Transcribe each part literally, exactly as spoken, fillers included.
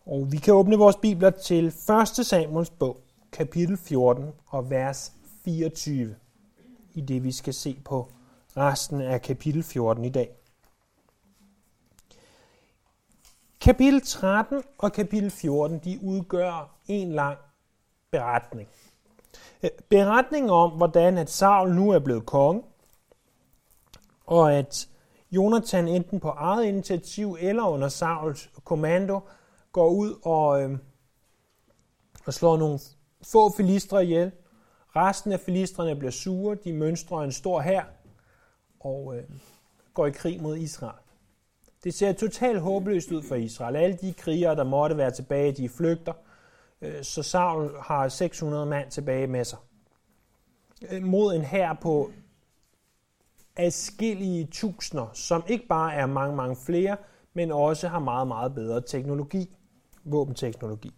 Og vi kan åbne vores bibler til første Samuels bog, kapitel fjorten og vers fireogtyve, i det vi skal se på resten af kapitel fjorten i dag. Kapitel tretten og kapitel fjorten, de udgør en lang beretning. Beretning om, hvordan at Saul nu er blevet konge, og at Jonathan enten på eget initiativ eller under Sauls kommando går ud og, øh, og slår nogle få filistre ihjel. Resten af filistrene bliver sure, de mønstrer en stor hær og øh, går i krig mod Israel. Det ser totalt håbløst ud for Israel. Alle de krigere, der måtte være tilbage, de flygter. Øh, så Saul har seks hundrede mand tilbage med sig. Øh, mod en hær på adskillige tusinder, som ikke bare er mange, mange flere, men også har meget, meget bedre teknologi, våbenteknologi.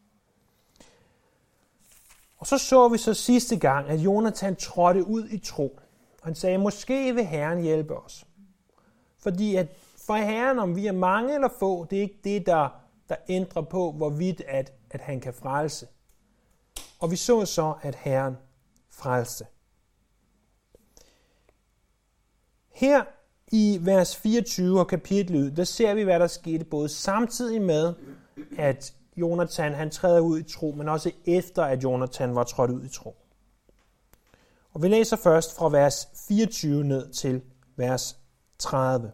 Og så så vi så sidste gang, at Jonathan trådte ud i tro. Han sagde, måske vil Herren hjælpe os. Fordi at for Herren, om vi er mange eller få, det er ikke det, der, der ændrer på, hvorvidt at, at han kan frelse. Og vi så så, at Herren frelste. Her i vers fireogtyve og kapitlet, der ser vi, hvad der skete både samtidig med, at Jonathan han træder ud i tro, men også efter, at Jonathan var trådt ud i tro. Og vi læser først fra vers fireogtyve ned til vers tredive.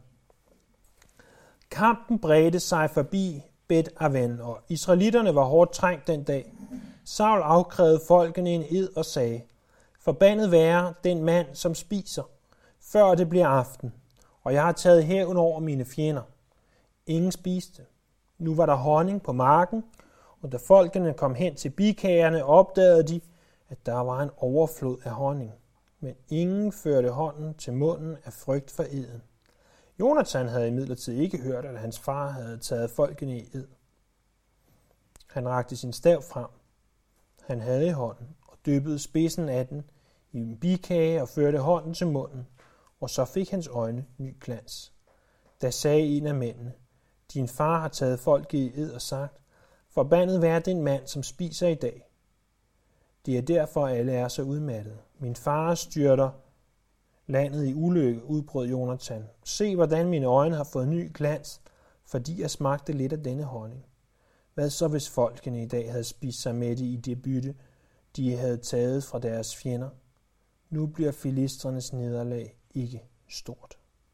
Kampen bredte sig forbi Bet Aven, og israelitterne var hårdt trængt den dag. Saul afkrævede folkene en ed og sagde, forbandet være den mand, som spiser, før det bliver aften, og jeg har taget hævn over mine fjender. Ingen spiste. Nu var der honning på marken, og da folkene kom hen til bikagerne, opdagede de, at der var en overflod af honning. Men ingen førte hånden til munden af frygt for eden. Jonathan havde imidlertid ikke hørt, at hans far havde taget folkene i ed. Han rakte sin stav frem. Han havde i hånden og dyppede spidsen af den i en bikage og førte hånden til munden, og så fik hans øjne ny glans. Da sagde en af mændene, din far har taget folket i ed og sagt, forbandet være den mand, som spiser i dag. Det er derfor, alle er så udmattede. Min far styrter landet i ulykke, udbrød Jonathan. Se, hvordan mine øjne har fået ny glans, fordi jeg smagte lidt af denne honning. Hvad så, hvis folkene i dag havde spist sig mætte i det bytte, de havde taget fra deres fjender? Nu bliver filistrenes nederlag ikke stort.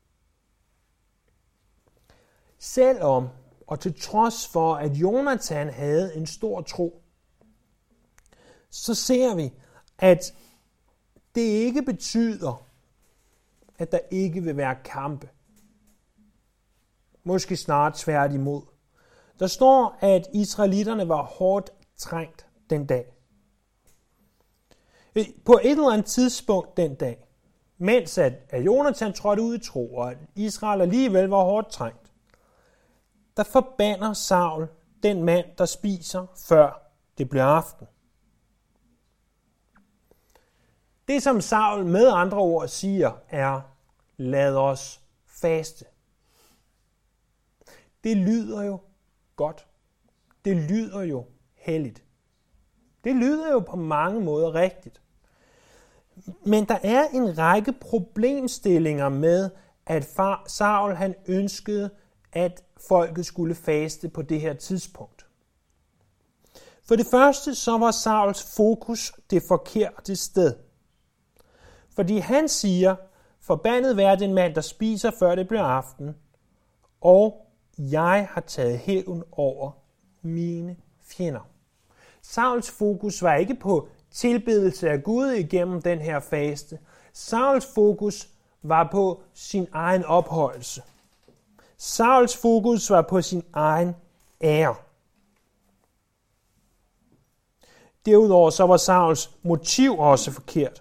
Selvom og til trods for, at Jonathan havde en stor tro, så ser vi, at det ikke betyder, at der ikke vil være kampe. Måske snart tværtimod. Der står, at israelitterne var hårdt trængt den dag. På et eller andet tidspunkt den dag, mens at Jonathan trådte ud i tro, og at Israel alligevel var hårdt trængt, der forbander Saul den mand, der spiser, før det bliver aften. Det, som Saul med andre ord siger, er, lad os faste. Det lyder jo godt. Det lyder jo helligt. Det lyder jo på mange måder rigtigt. Men der er en række problemstillinger med, at far Saul han ønskede, at folket skulle faste på det her tidspunkt. For det første så var Sauls fokus det forkerte sted. Fordi han siger, forbandet være den mand, der spiser, før det bliver aften, og jeg har taget hævn over mine fjender. Sauls fokus var ikke på tilbedelse af Gud igennem den her faste. Sauls fokus var på sin egen ophøjelse. Sauls fokus var på sin egen ære. Derudover så var Sauls motiv også forkert.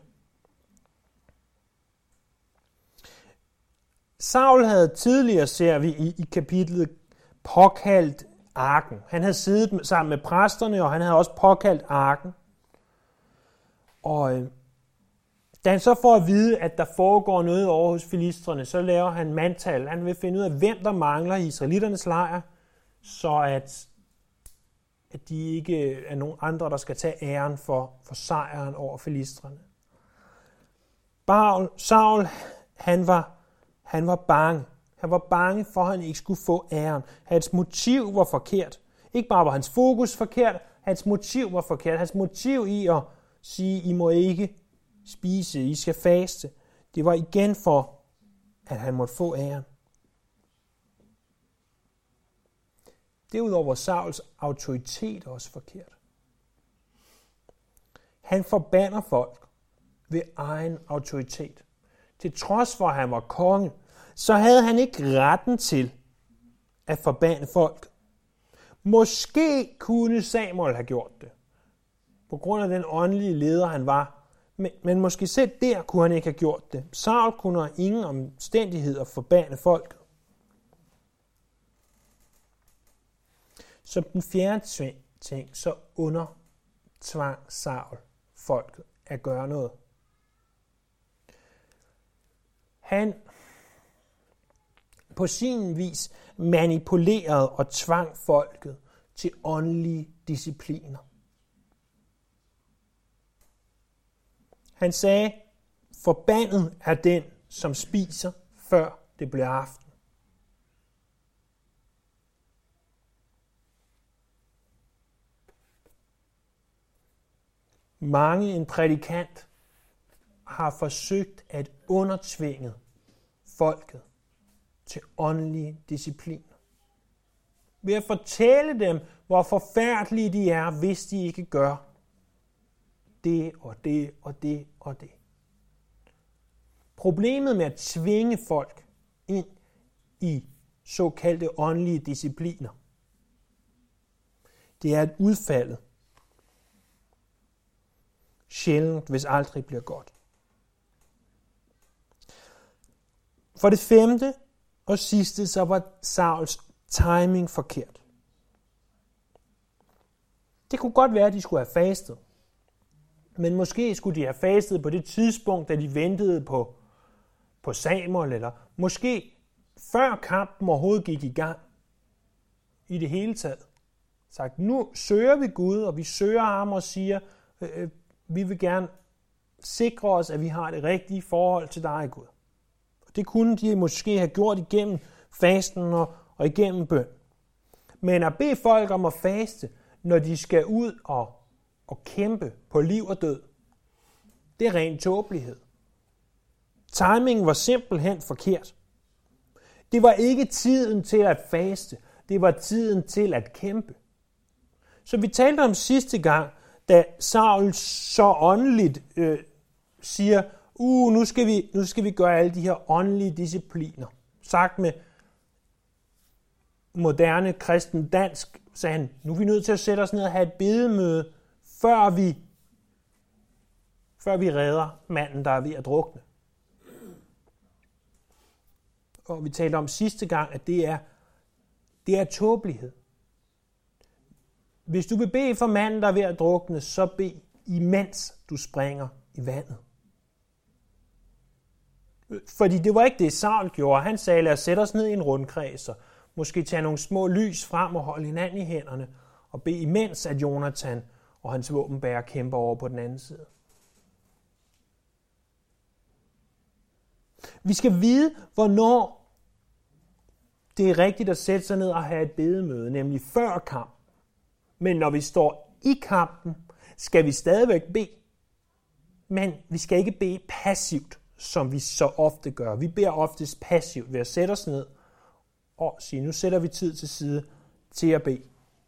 Saul havde tidligere, ser vi i, i kapitlet, påkaldt arken. Han havde siddet sammen med præsterne, og han havde også påkaldt arken. Og øh, da han så får at vide, at der foregår noget over hos filistrene, så laver han mandtal. Han vil finde ud af, hvem der mangler i israelitternes lejr, så at at de ikke er nogen andre, der skal tage æren for, for sejren over filistrene. Saul, han var, han var bange. Han var bange for, at han ikke skulle få æren. Hans motiv var forkert. Ikke bare var hans fokus forkert, hans motiv var forkert. Hans motiv i at sige, I må ikke spise, I skal faste, det var igen for, at han måtte få æren. Derudover var Sauls autoritet også forkert. Han forbander folk ved egen autoritet. Til trods for, at han var konge, så havde han ikke retten til at forbande folk. Måske kunne Samuel have gjort det, på grund af den åndelige leder, han var. Men, men måske selv der kunne han ikke have gjort det. Saul kunne have ingen omstændigheder forbande folket. Som den fjerde ting, så undertvang Saul folket at gøre noget. Han på sin vis manipulerede og tvang folket til åndelige discipliner. Han sagde, forbandet er den, som spiser, før det bliver aften. Mange en prædikant har forsøgt at undertvinge folket til åndelige discipliner. Ved at fortælle dem, hvor forfærdelige de er, hvis de ikke gør det og det og det og det. Problemet med at tvinge folk ind i såkaldte åndelige discipliner, det er, at udfaldet sjældent, hvis aldrig, bliver godt. For det femte og sidste, så var Sauls timing forkert. Det kunne godt være, at de skulle have fastet. Men måske skulle de have fastet på det tidspunkt, da de ventede på, på Samuel, eller måske før kampen overhovedet gik i gang. I det hele taget. Sagt, nu søger vi Gud, og vi søger ham og siger, øh, vi vil gerne sikre os, at vi har det rigtige forhold til dig, Gud. Og det kunne de måske have gjort igennem fasten og, og igennem bøn. Men at bede folk om at faste, når de skal ud og, og kæmpe på liv og død, det er ren tåbelighed. Timingen var simpelthen forkert. Det var ikke tiden til at faste, det var tiden til at kæmpe. Så vi talte om sidste gang, da Saul så åndeligt øh, siger, uh, nu skal, vi, nu skal vi gøre alle de her åndelige discipliner. Sagt med moderne kristen dansk, sagde han, nu er vi nødt til at sætte os ned og have et bedemøde, før vi, før vi redder manden, der er ved at drukne. Og vi talte om sidste gang, at det er, det er tåbelighed. Hvis du vil bede for manden, der er ved at drukne, så bed imens du springer i vandet. Fordi det var ikke det, Saul gjorde. Han sagde, lad os sætte os ned i en rundkreds, og måske tage nogle små lys frem og holde hinanden i hænderne, og bede imens, at Jonathan og hans våbenbærer kæmper over på den anden side. Vi skal vide, hvornår det er rigtigt at sætte sig ned og have et bedemøde, nemlig før kamp. Men når vi står i kampen, skal vi stadigvæk bede. Men vi skal ikke bede passivt, som vi så ofte gør. Vi beder oftest passivt ved at sætte os ned og sige, nu sætter vi tid til side til at bede.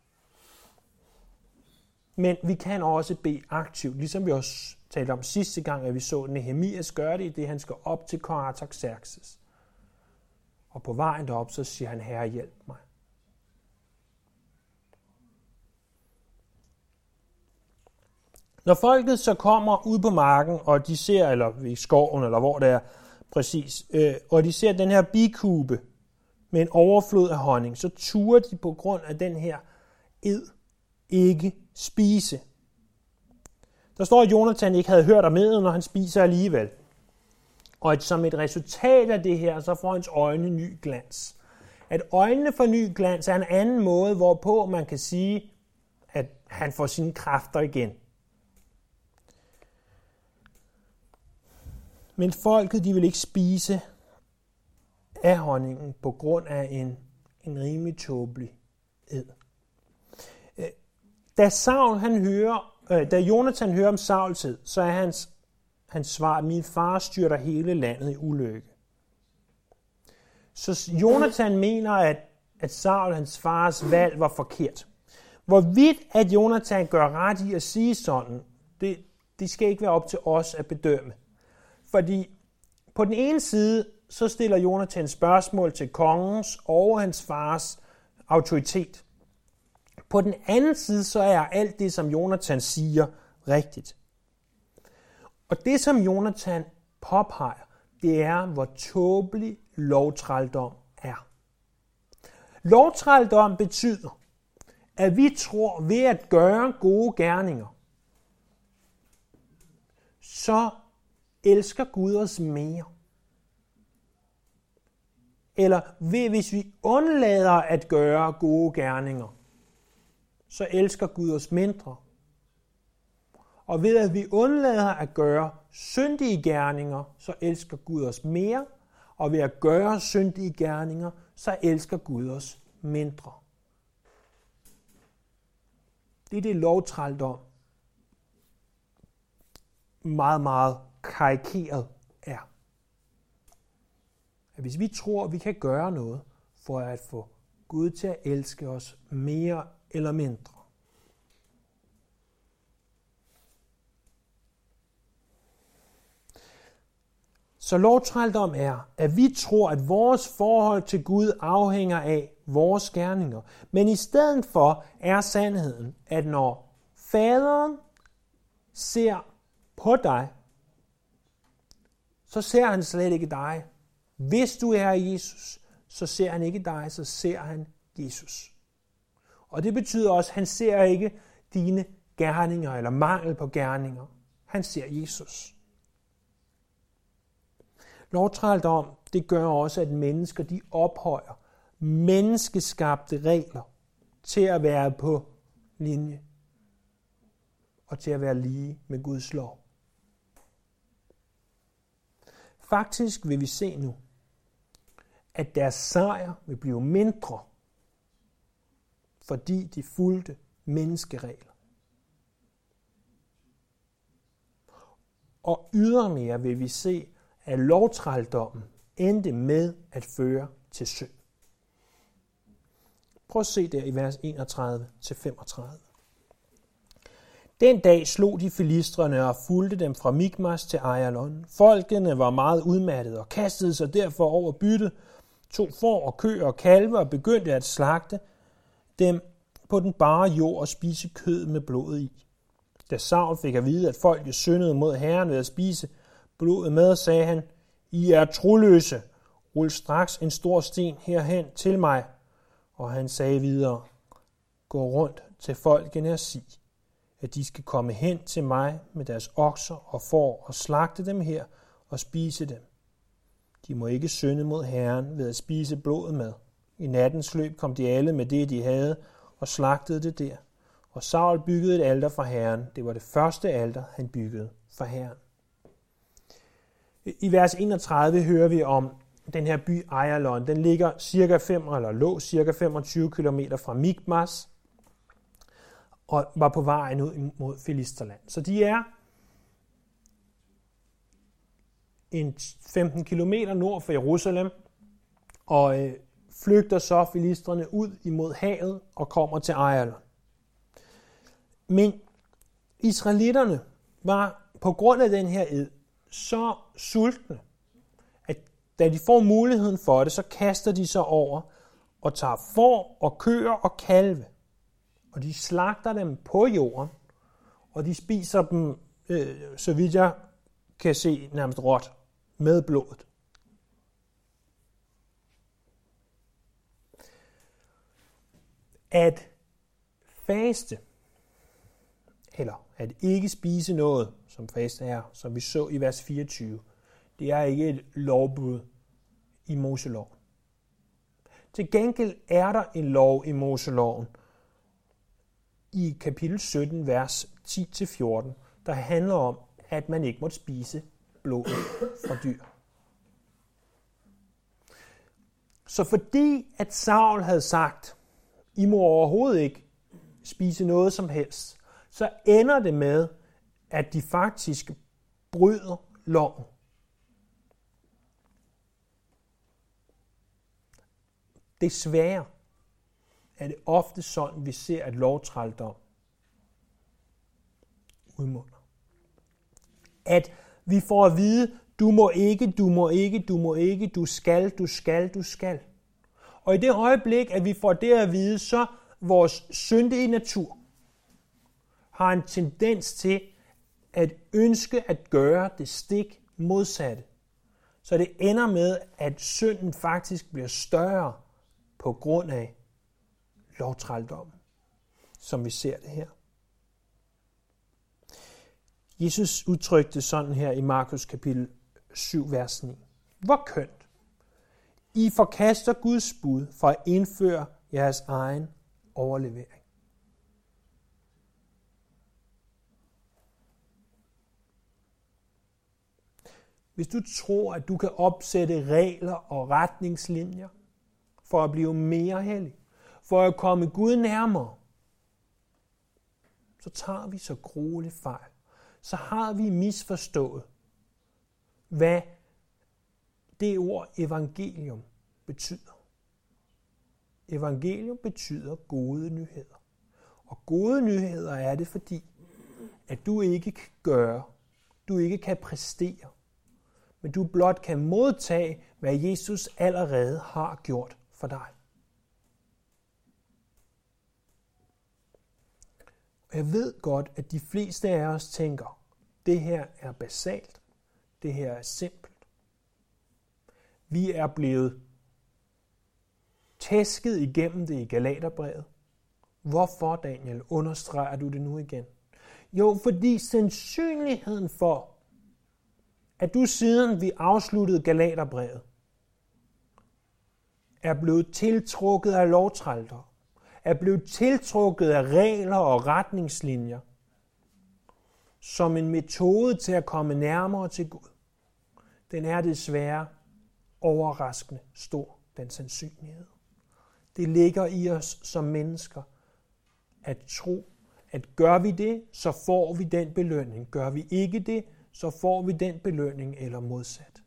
Men vi kan også bede aktivt, ligesom vi også talte om sidste gang, at vi så Nehemias gøre det, i det han skal op til kong Artaxerxes. Og på vejen derop, så siger han, Herre, hjælp mig. Når folket så kommer ud på marken, og de ser, eller i skoven, eller hvor det er præcis, øh, og de ser den her bikube med en overflod af honning, så turer de på grund af den her ed ikke spise. Der står, at Jonathan ikke havde hørt om eden, når han spiser alligevel. Og at som et resultat af det her, så får hans øjne ny glans. At øjnene får ny glans er en anden måde, hvorpå man kan sige, at han får sine kræfter igen. Men folket, de vil ikke spise af honningen på grund af en, en rimelig tåbelig ed. Da Saul, han hører, øh, da Jonathan hører om Sauls ed, så er hans, hans svar, min far styrter hele landet i ulykke. Så Jonathan mener, at, at Saul, hans fars valg, var forkert. Hvorvidt at Jonathan gør ret i at sige sådan, det, det skal ikke være op til os at bedømme. Fordi på den ene side, så stiller Jonathan spørgsmål til kongens og hans fars autoritet. På den anden side, så er alt det, som Jonathan siger, rigtigt. Og det, som Jonathan påpeger, det er, hvor tåbelig lovtrældom er. Lovtrældom betyder, at vi tror ved at gøre gode gerninger, så elsker Gud os mere. Eller ved, hvis vi undlader at gøre gode gerninger, så elsker Gud os mindre. Og ved at vi undlader at gøre syndige gerninger, så elsker Gud os mere. Og ved at gøre syndige gerninger, så elsker Gud os mindre. Det er det lovtrældom meget, meget karikeret er. At hvis vi tror, at vi kan gøre noget for at få Gud til at elske os mere eller mindre. Så lovtrældom er, at vi tror, at vores forhold til Gud afhænger af vores gerninger. Men i stedet for er sandheden, at når faderen ser på dig, så ser han slet ikke dig. Hvis du er Jesus, så ser han ikke dig, så ser han Jesus. Og det betyder også, at han ser ikke dine gerninger eller mangel på gerninger. Han ser Jesus. Lovtrældom, det gør også, at mennesker de ophøjer menneskeskabte regler til at være på linje og til at være lige med Guds lov. Faktisk vil vi se nu, at deres sejr vil blive mindre, fordi de fulgte menneskeregler. Og ydermere vil vi se, at lovtrældommen endte med at føre til synd. Prøv at se der i vers enogtredive til femogtredive. Den dag slog de filistrene og fulgte dem fra Mikmas til Ajalon. Folkene var meget udmattede og kastede sig derfor over byttet, tog får og køer og kalve og begyndte at slagte dem på den bare jord og spise kød med blodet i. Da Saul fik at vide, at folket syndede mod Herren ved at spise blodet med, sagde han, I er troløse, rul straks en stor sten herhen til mig. Og han sagde videre, gå rundt til folkene og sig, at de skal komme hen til mig med deres okser og får og slagte dem her og spise dem. De må ikke synde mod Herren ved at spise blodet med. I nattens løb kom de alle med det, de havde, og slagtede det der. Og Saul byggede et alter for Herren. Det var det første alter, han byggede for Herren. I vers enogtredive hører vi om den her by Ajalon. Den ligger cirka fem, eller lå cirka femogtyve kilometer fra Mikmas og var på vejen ud mod Filisterland. Så de er en femten kilometer nord for Jerusalem og øh, flygter så filisterne ud imod havet og kommer til Ajalon. Men israelitterne var på grund af den her ed så sultne, at da de får muligheden for det, så kaster de sig over og tager får og køer og kalve. Og de slagter dem på jorden, og de spiser dem, øh, så vidt jeg kan se, nærmest råt med blodet. At faste, eller at ikke spise noget, som faste er, som vi så i vers fireogtyve, det er ikke et lovbud i Moseloven. Til gengæld er der en lov i Moseloven i kapitel sytten, vers ti til fjorten, der handler om, at man ikke måtte spise blodet fra dyr. Så fordi at Saul havde sagt, I må overhovedet ikke spise noget som helst, så ender det med, at de faktisk bryder loven. Desværre er det ofte sådan, vi ser, at lovtrældom udmunder. At vi får at vide, du må ikke, du må ikke, du må ikke, du skal, du skal, du skal. Og i det øjeblik, at vi får det at vide, så vores syndige natur har en tendens til at ønske at gøre det stik modsatte. Så det ender med, at synden faktisk bliver større på grund af lovtrældom, som vi ser det her. Jesus udtrykte sådan her i Markus kapitel syv, vers ni. Hvor kønt! I forkaster Guds bud for at indføre jeres egen overlevering. Hvis du tror, at du kan opsætte regler og retningslinjer for at blive mere hellig, for at komme Gud nærmere, så tager vi så grueligt fejl. Så har vi misforstået, hvad det ord evangelium betyder. Evangelium betyder gode nyheder. Og gode nyheder er det, fordi at du ikke kan gøre, du ikke kan præstere, men du blot kan modtage, hvad Jesus allerede har gjort for dig. Og jeg ved godt, at de fleste af os tænker, det her er basalt, det her er simpelt. Vi er blevet tæsket igennem det i Galaterbrevet. Hvorfor, Daniel, understreger du det nu igen? Jo, fordi sandsynligheden for, at du siden vi afsluttede Galaterbrevet, er blevet tiltrukket af lovtrælter, er blevet tiltrukket af regler og retningslinjer, som en metode til at komme nærmere til Gud. Den er desværre overraskende stor, den sandsynlighed. Det ligger i os som mennesker at tro, at gør vi det, så får vi den belønning. Gør vi ikke det, så får vi den belønning eller modsat.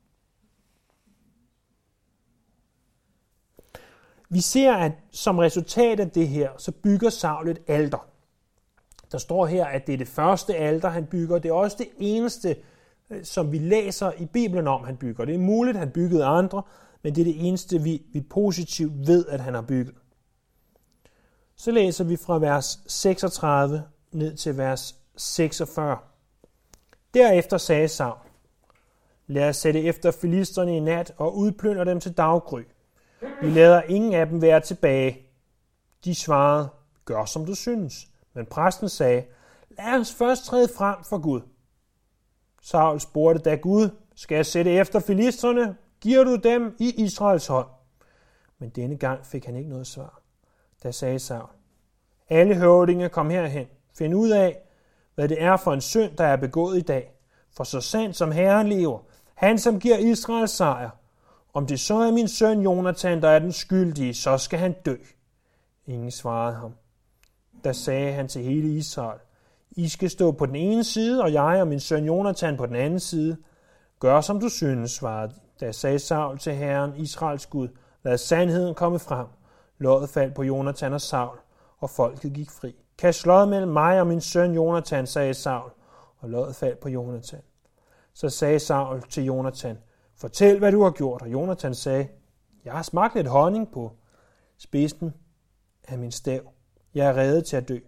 Vi ser, at som resultat af det her, så bygger Saul et alter. Der står her, at det er det første alter, han bygger. Det er også det eneste, som vi læser i Bibelen om, han bygger. Det er muligt, at han byggede andre, men det er det eneste, vi, vi positivt ved, at han har bygget. Så læser vi fra vers seksogtredive ned til vers seksogfyrre. Derefter sagde Saul, lad os sætte efter filisterne i nat og udplyndre dem til daggry. Vi lader ingen af dem være tilbage. De svarede, gør som du synes. Men præsten sagde, lad os først træde frem for Gud. Saul spurgte da Gud, skal jeg sætte efter filisterne? Giver du dem i Israels hånd? Men denne gang fik han ikke noget svar. Da sagde Saul, alle høvdinge kom herhen. Find ud af, hvad det er for en synd, der er begået i dag. For så sandt som Herren lever, han som giver Israels sejr, om det så er min søn Jonathan, der er den skyldige, så skal han dø. Ingen svarede ham. Da sagde han til hele Israel, I skal stå på den ene side, og jeg og min søn Jonathan på den anden side. Gør som du synes, svarede de. Da sagde Saul til Herren, Israels Gud, lad sandheden komme frem. Loddet faldt på Jonathan og Saul, og folket gik fri. Kast loddet mellem mig og min søn Jonathan, sagde Saul, og loddet faldt på Jonathan. Så sagde Saul til Jonathan, fortæl, hvad du har gjort. Og Jonathan sagde, jeg har smagt lidt honning på spidsen af min stav. Jeg er reddet til at dø.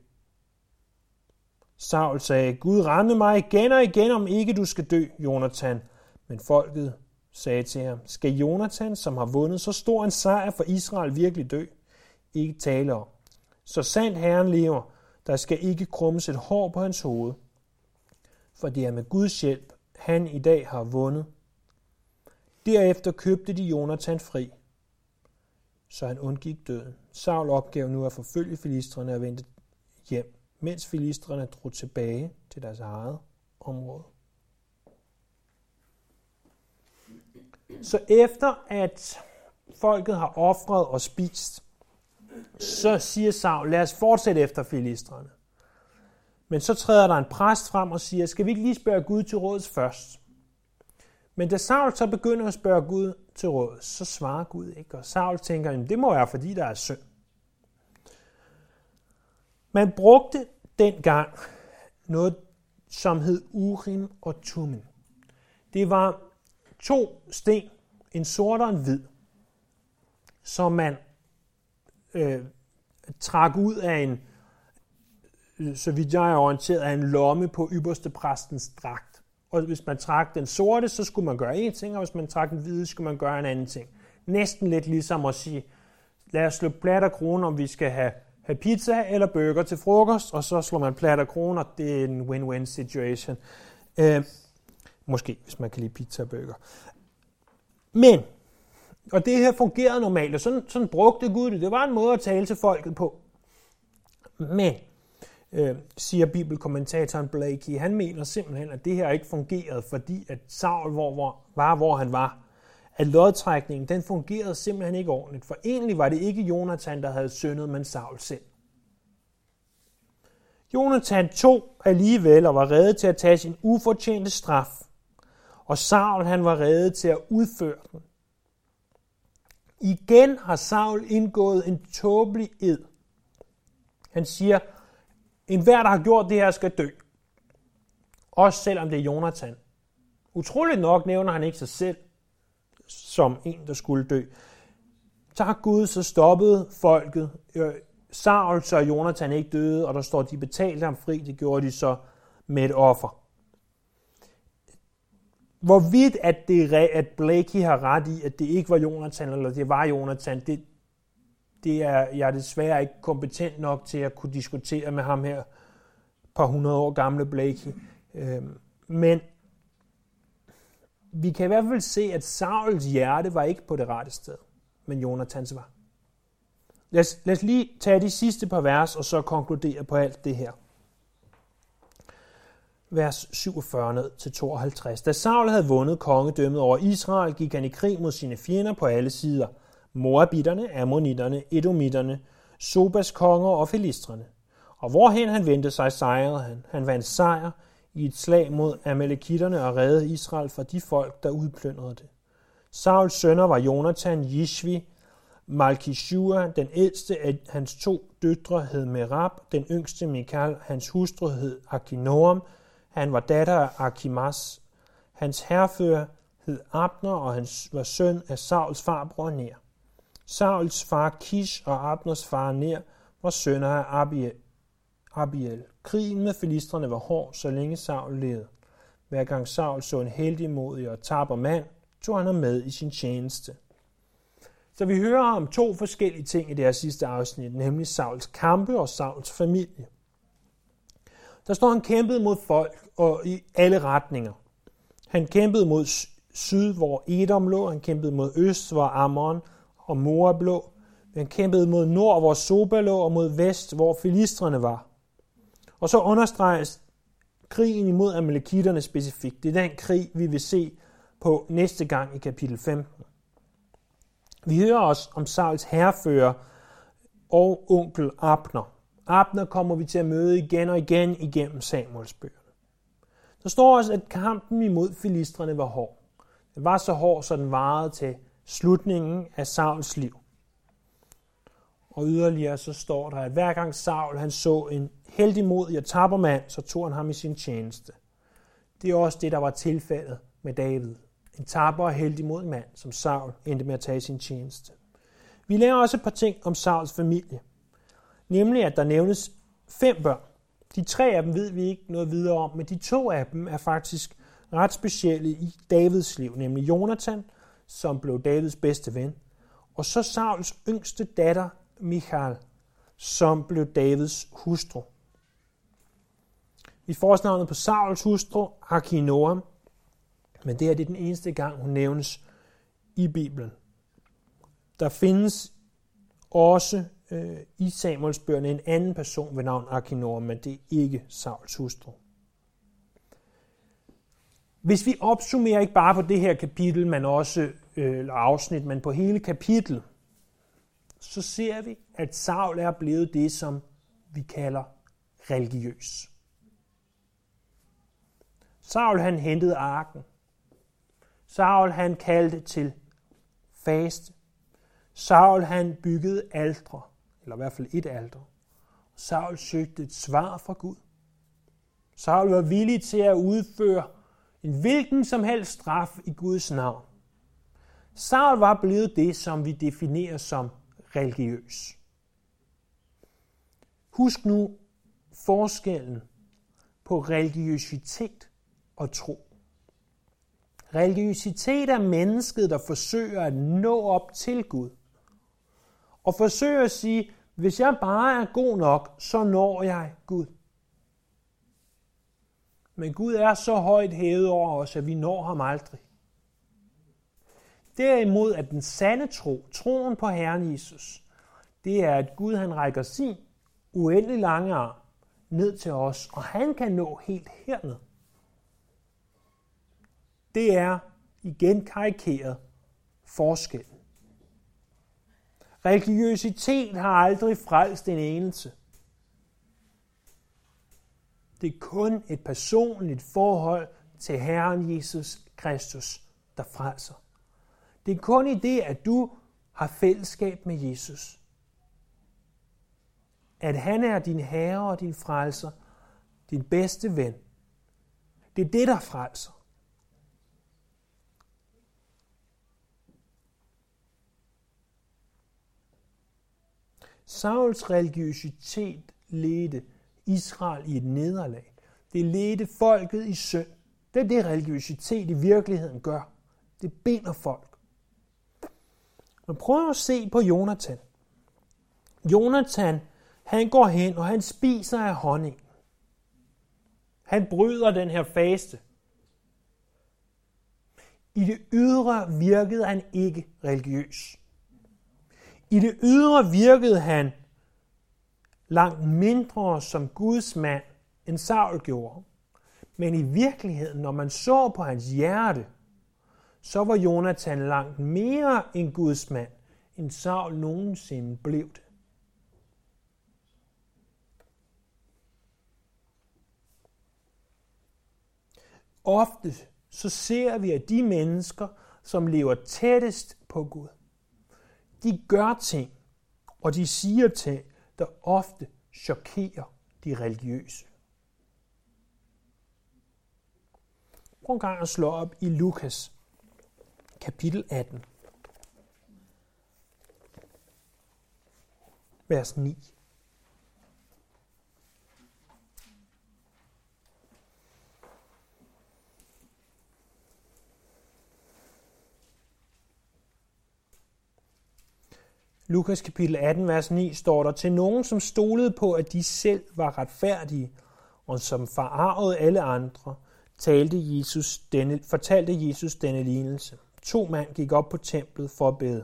Saul sagde, Gud ramme mig igen og igen, om ikke du skal dø, Jonathan. Men folket sagde til ham, skal Jonathan, som har vundet så stor en sejr for Israel, virkelig dø? Ikke tale om. Så sandt Herren lever, der skal ikke krummes et hår på hans hoved. For det er med Guds hjælp, han i dag har vundet. Derefter købte de Jonathan fri, så han undgik døden. Saul opgav nu at forfølge filistrene og vendte hjem, mens filistrene drog tilbage til deres eget område. Så efter at folket har ofret og spist, så siger Saul, lad os fortsætte efter filistrene. Men så træder der en præst frem og siger, skal vi ikke lige spørge Gud til råds først? Men da Saul så begynder at spørge Gud til råds, så svarer Gud ikke. Og Saul tænker, det må være, fordi der er synd. Man brugte dengang noget, som hed Urim og Tumim. Det var to sten, en sort og en hvid, som man øh, trak ud af en, så vidt jeg er orienteret, af en lomme på ypperste præstens dragt. Og hvis man trak den sorte, så skulle man gøre en ting, og hvis man trak den hvide, skulle man gøre en anden ting. Næsten lidt ligesom at sige, lad os slå plat og krone, om vi skal have, have pizza eller burger til frokost, og så slår man plat og krone, og det er en win-win situation. Øh, måske, hvis man kan lide pizza og burger. Men, og det her fungerede normalt, og sådan, sådan brugte Gud det. Det var en måde at tale til folket på. Men, øh, siger bibelkommentatoren Blakey, han mener simpelthen, at det her ikke fungerede, fordi at Saul hvor, hvor, var, hvor han var. At lodtrækningen, den fungerede simpelthen ikke ordentligt, for egentlig var det ikke Jonathan, der havde syndet, men Saul selv. Jonathan tog alligevel og var rede til at tage sin ufortjente straf, og Saul han var rede til at udføre den. Igen har Saul indgået en tåbelig ed. Han siger, enhver, der har gjort det her, skal dø. Også selvom det er Jonathan. Utroligt nok nævner han ikke sig selv som en, der skulle dø. Så har Gud så stoppet folket. Saul, så Jonathan ikke døde, og der står, de betalte ham fri. Det gjorde de så med et offer. Hvorvidt at, det, at Blakey har ret i, at det ikke var Jonathan, eller det var Jonathan, det, det er jeg desværre ikke kompetent nok til at kunne diskutere med ham her, par hundrede år gamle Blakey. Men vi kan i hvert fald se, at Sauls hjerte var ikke på det rette sted, men Jonathans var. Lad os, lad os lige tage de sidste par vers, og så konkludere på alt det her. Vers syvogfyrre til tooghalvtreds. Da Saul havde vundet kongedømmet over Israel, gik han i krig mod sine fjender på alle sider. Moabitterne, ammonitterne, edomitterne, Sobas konger og filistrene. Og hvorhen han vendte sig, sejrede han. Han vandt sejr i et slag mod amalekitterne og reddede Israel fra de folk, der udplyndrede det. Sauls sønner var Jonathan, Jishvi, Malkishua, den ældste af hans to døtre hed Merab, den yngste Mikal, hans hustru hed Akinoam, han var datter af Akimas. Hans herrefører hed Abner, og han var søn af Sauls farbror Ner. Sauls far Kish og Abners far Ner var sønner af Abiel. Abiel. Krigen med filistrene var hård, så længe Saul levede. Hver gang Saul så en heldigmodig og tapper mand, tog han ham med i sin tjeneste. Så vi hører om to forskellige ting i det her sidste afsnit, nemlig Sauls kampe og Sauls familie. Der står, han kæmpede mod folk og i alle retninger. Han kæmpede mod syd, hvor Edom lå. Han kæmpede mod øst, hvor Ammon og Moab lå. Han kæmpede mod nord, hvor Soba lå, og mod vest, hvor filistrene var. Og så understreges krigen imod amalekitterne specifikt. Det er den krig, vi vil se på næste gang i kapitel femten. Vi hører også om Sauls hærfører og onkel Abner. Abner kommer vi til at møde igen og igen igennem Samuelsbøgerne. Der står også, at kampen imod filistrene var hård. Den var så hård, så den varede til slutningen af Sauls liv. Og yderligere så står der, at hver gang Saul han så en heldigmodig og tapper mand, så tog han ham i sin tjeneste. Det er også det, der var tilfældet med David. En tapper og heldigmodig mand, som Saul endte med at tage i sin tjeneste. Vi lærer også et par ting om Sauls familie. Nemlig, at der nævnes fem børn. De tre af dem ved vi ikke noget videre om, men de to af dem er faktisk ret specielle i Davids liv, nemlig Jonathan, som blev Davids bedste ven, og så Sauls yngste datter, Michal, som blev Davids hustru. Vi får også navnet på Sauls hustru, Akinoam, men det her det er den eneste gang, hun nævnes i Bibelen. Der findes også øh, i Samuelsbøgerne en anden person ved navn Akinor, men det er ikke Sauls hustru. Hvis vi opsummerer ikke bare på det her kapitel, men også øh, eller afsnit, men på hele kapitlet, så ser vi, at Saul er blevet det, som vi kalder religiøs. Saul han hentede arken. Saul han kaldte til faste. Saul han byggede altre, eller i hvert fald et alter. Saul søgte et svar fra Gud. Saul var villig til at udføre en hvilken som helst straf i Guds navn. Saul var blevet det, som vi definerer som religiøs. Husk nu forskellen på religiøsitet og tro. Religiøsitet er mennesket, der forsøger at nå op til Gud. Og forsøger at sige, hvis jeg bare er god nok, så når jeg Gud. Men Gud er så højt hævet over os, at vi når ham aldrig. Derimod er den sande tro, troen på Herren Jesus, det er, at Gud han rækker sin uendelig lange arm ned til os, og han kan nå helt herned. Det er igen karikeret forskellen. Religiøsitet har aldrig frelst en enelse. Det er kun et personligt forhold til Herren Jesus Kristus, der frelser. Det er kun i det, at du har fællesskab med Jesus. At han er din herre og din frelser, din bedste ven. Det er det, der frelser. Sauls religiøsitet ledte Israel i et nederlag. Det ledte folket i synd. Det er det, religiøsitet i virkeligheden gør. Det binder folk. Men prøv at se på Jonathan. Jonathan, han går hen, og han spiser af honningen. Han bryder den her faste. I det ydre virkede han ikke religiøs. I det ydre virkede han langt mindre som Guds mand, end Saul gjorde. Men i virkeligheden, når man så på hans hjerte, så var Jonathan langt mere en Guds mand, end Saul nogensinde blev det. Ofte så ser vi, at de mennesker, som lever tættest på Gud, de gør ting, og de siger ting, der ofte chokerer de religiøse. Prøv en gang at slå op i Lukas, kapitel atten, vers ni. Lukas kapitel atten, vers ni står der, til nogen, som stolede på, at de selv var retfærdige, og som forarvede alle andre, talte Jesus denne, fortalte Jesus denne lignelse. To mænd gik op på templet for at bede.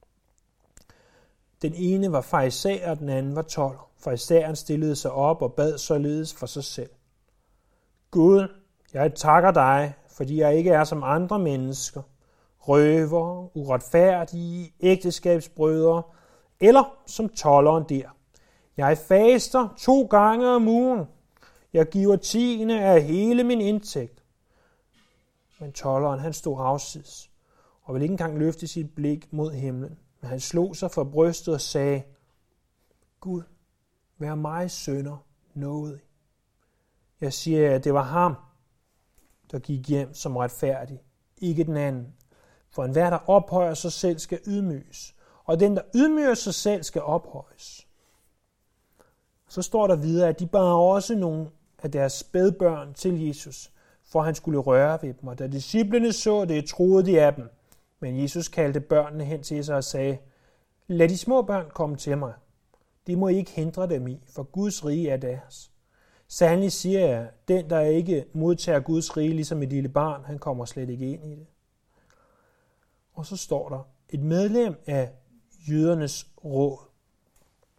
Den ene var farisæer, og den anden var tolder. Farisæeren stillede sig op og bad således for sig selv. Gud, jeg takker dig, fordi jeg ikke er som andre mennesker, røver, uretfærdige, ægteskabsbrødre, eller som tolderen der. Jeg faster to gange om ugen. Jeg giver tiende af hele min indtægt. Men tolderen, han stod afsides, og ville ikke engang løfte sit blik mod himlen. Men han slog sig for brystet og sagde, Gud, vær mig synder nådig. Jeg siger, at det var ham, der gik hjem som retfærdig, ikke den anden. For enhver, der ophøjer sig selv, skal ydmyges, og den, der ydmyger sig selv, skal ophøjes. Så står der videre, at de bar også nogle af deres spædbørn til Jesus, for han skulle røre ved dem. Og da disciplene så det, troede de af dem. Men Jesus kaldte børnene hen til sig og sagde, lad de små børn komme til mig. De må ikke hindre dem i, for Guds rige er deres. Sandelig siger jeg, den, der ikke modtager Guds rige ligesom et lille barn, han kommer slet ikke ind i det. Og så står der, et medlem af jødernes råd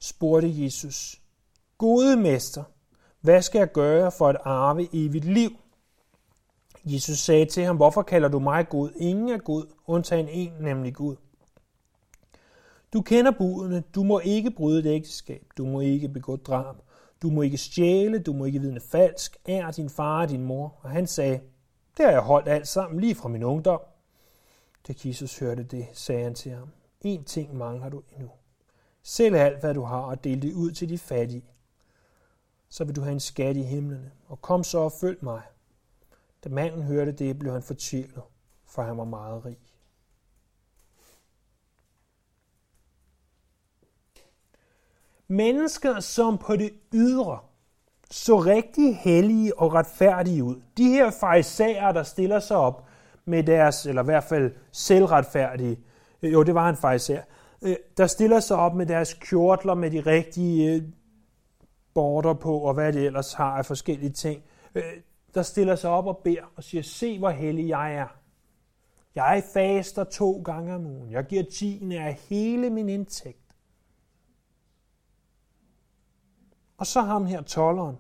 spurgte Jesus, gode mester, hvad skal jeg gøre for at arve evigt liv? Jesus sagde til ham, hvorfor kalder du mig god? Ingen er god, undtagen en, nemlig Gud. Du kender budene, du må ikke bryde et ægteskab, du må ikke begå drab, du må ikke stjæle, du må ikke vidne falsk, ær din far og din mor. Og han sagde, det har jeg holdt alt sammen lige fra min ungdom. Da Jesus hørte det, sagde han til ham, en ting mangler du endnu. Sælg alt, hvad du har, og del det ud til de fattige. Så vil du have en skat i himlene, og kom så og følg mig. Da manden hørte det, blev han fortvivlet, for han var meget rig. Mennesker, som på det ydre så rigtig hellige og retfærdige ud. De her farisæer, der stiller sig op med deres, eller i hvert fald selvretfærdige, jo, det var en farisæer, der stiller sig op med deres kjortler med de rigtige border på, og hvad det ellers har af forskellige ting, der stiller sig op og beder og siger, se hvor hellig jeg er. Jeg faster to gange om ugen. Jeg giver tiende af hele min indtægt. Og så ham her tolderen,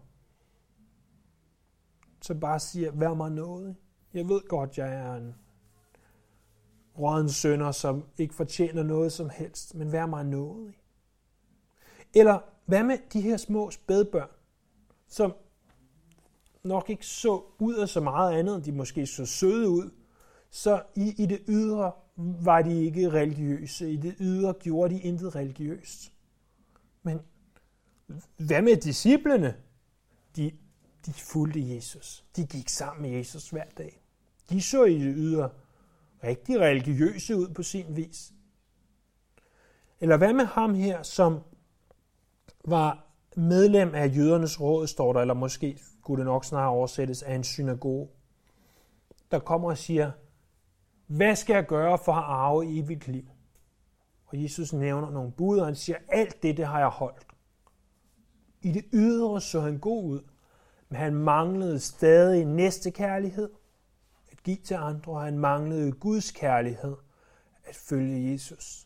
så bare siger, vær mig nådig. Jeg ved godt, jeg er en rådden synder, som ikke fortjener noget som helst, men vær mig nådig. Eller hvad med de her små spædbørn, som nok ikke så ud af så meget andet, end de måske så søde ud, så i, i det ydre var de ikke religiøse. I det ydre gjorde de intet religiøst. Men hvad med disciplene? De, de fulgte Jesus. De gik sammen med Jesus hver dag. De så i det ydre rigtig religiøse ud på sin vis. Eller hvad med ham her, som var medlem af jødernes råd, står der, eller måske skulle det nok snarere oversættes af en synagoge, der kommer og siger, hvad skal jeg gøre for at arve evigt liv? Og Jesus nævner nogle bud, og han siger, alt det, det har jeg holdt. I det ydre så han god ud, men han manglede stadig næstekærlighed, at give til andre, og han manglede Guds kærlighed, at følge Jesus.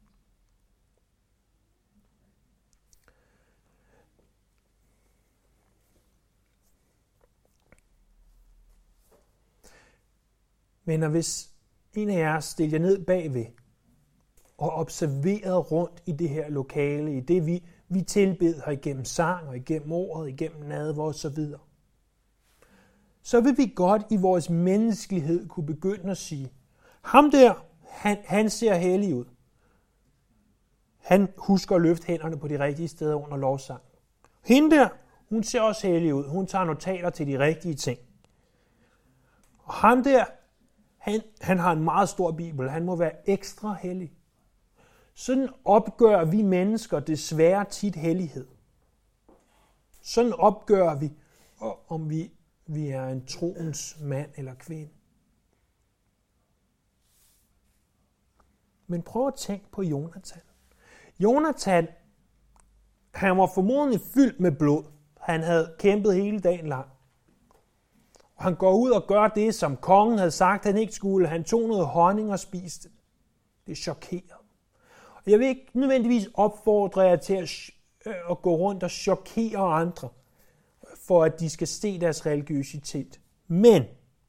Men hvis en af jer stiller jer ned bagved og observerede rundt i det her lokale, i det vi, vi tilbed her igennem sang og igennem ordet, igennem nadver og så videre, så vil vi godt i vores menneskelighed kunne begynde at sige, ham der, han, han ser hellig ud. Han husker at løfte hænderne på de rigtige steder under lovsang. Hende der, hun ser også hellig ud. Hun tager notater til de rigtige ting. Og ham der, Han, han har en meget stor bibel. Han må være ekstra hellig. Sådan opgør vi mennesker desværre tit hellighed. Sådan opgør vi, om vi, vi er en troens mand eller kvinde. Men prøv at tænke på Jonathan. Jonathan, han var formodentlig fyldt med blod. Han havde kæmpet hele dagen lang. Han går ud og gør det, som kongen havde sagt, han ikke skulle. Han tog noget honning og spiste. Det chokerer. Og jeg vil ikke nødvendigvis opfordre jer til at, at gå rundt og chokere andre, for at de skal se deres religiøsitet. Men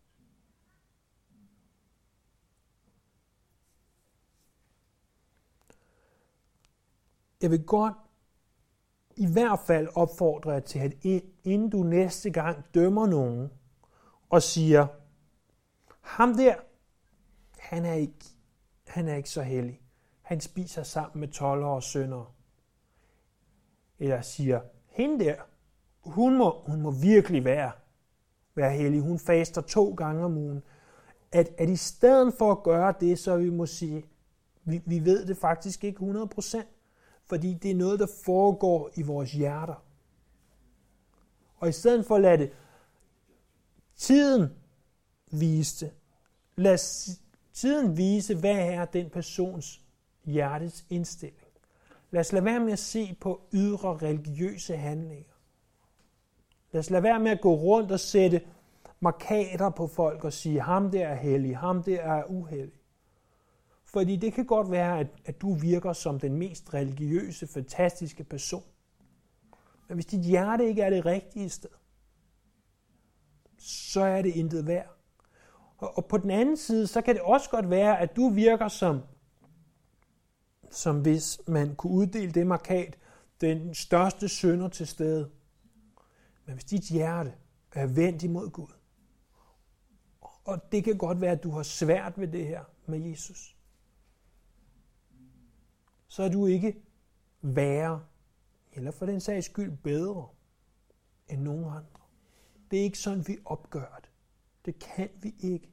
jeg vil godt i hvert fald opfordre jer til, at inden du næste gang dømmer nogen, og siger, ham der, han er ikke, han er ikke så hellig. Han spiser sammen med toldere og syndere. Eller siger, hende der, hun må, hun må virkelig være, være hellig. Hun faster to gange om ugen. At, at i stedet for at gøre det, så vi må sige, vi, vi ved det faktisk ikke hundrede procent, fordi det er noget, der foregår i vores hjerter. Og i stedet for at lade det tiden viste. Lad tiden vise, hvad er den persons hjertes indstilling. Lad os lade være med at se på ydre religiøse handlinger. Lad os lade være med at gå rundt og sætte markader på folk og sige, ham der er hellig, ham der er uhellig. Fordi det kan godt være, at, at du virker som den mest religiøse, fantastiske person. Men hvis dit hjerte ikke er det rigtige sted, så er det intet værd. Og, og på den anden side, så kan det også godt være, at du virker som, som hvis man kunne uddele det markat, den største synder til stede. Men hvis dit hjerte er vendt imod Gud, og det kan godt være, at du har svært ved det her med Jesus, så er du ikke værre, eller for den sags skyld bedre, end nogen andre. Det er ikke sådan, vi opgør det. Det kan vi ikke.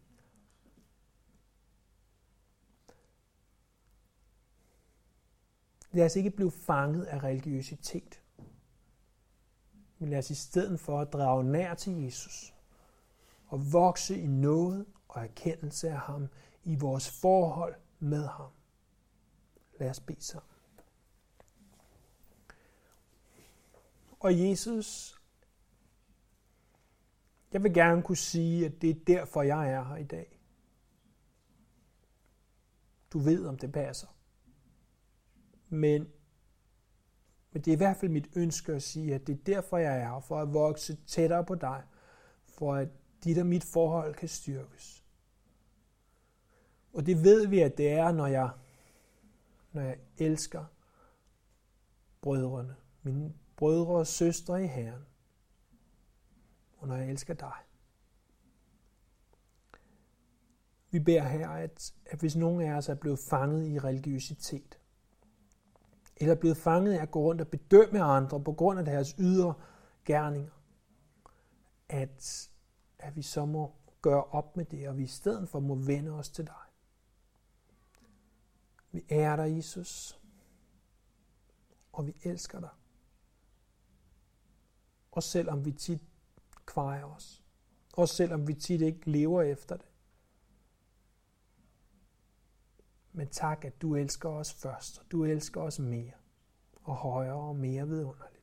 Lad os ikke blive fanget af religiøsitet. Men lad os i stedet for at drage nær til Jesus og vokse i nåde og erkendelse af ham i vores forhold med ham. Lad os bede sammen. Og Jesus, jeg vil gerne kunne sige, at det er derfor, jeg er her i dag. Du ved, om det passer. Men, men det er i hvert fald mit ønske at sige, at det er derfor, jeg er her, for at vokse tættere på dig, for at dit og mit forhold kan styrkes. Og det ved vi, at det er, når jeg, når jeg elsker brødrene, mine brødre og søstre i Herren, og når jeg elsker dig. Vi beder her, at, at hvis nogen af os er blevet fanget i religiøsitet, eller blevet fanget af at gå rundt og bedømme andre på grund af deres ydre gerninger, at, at vi så må gøre op med det, og vi i stedet for må vende os til dig. Vi ærer dig, Jesus, og vi elsker dig. Og selvom vi tit kvajer os, og selvom vi tit ikke lever efter det. Men tak, at du elsker os først, og du elsker os mere, og højere og mere vidunderligt.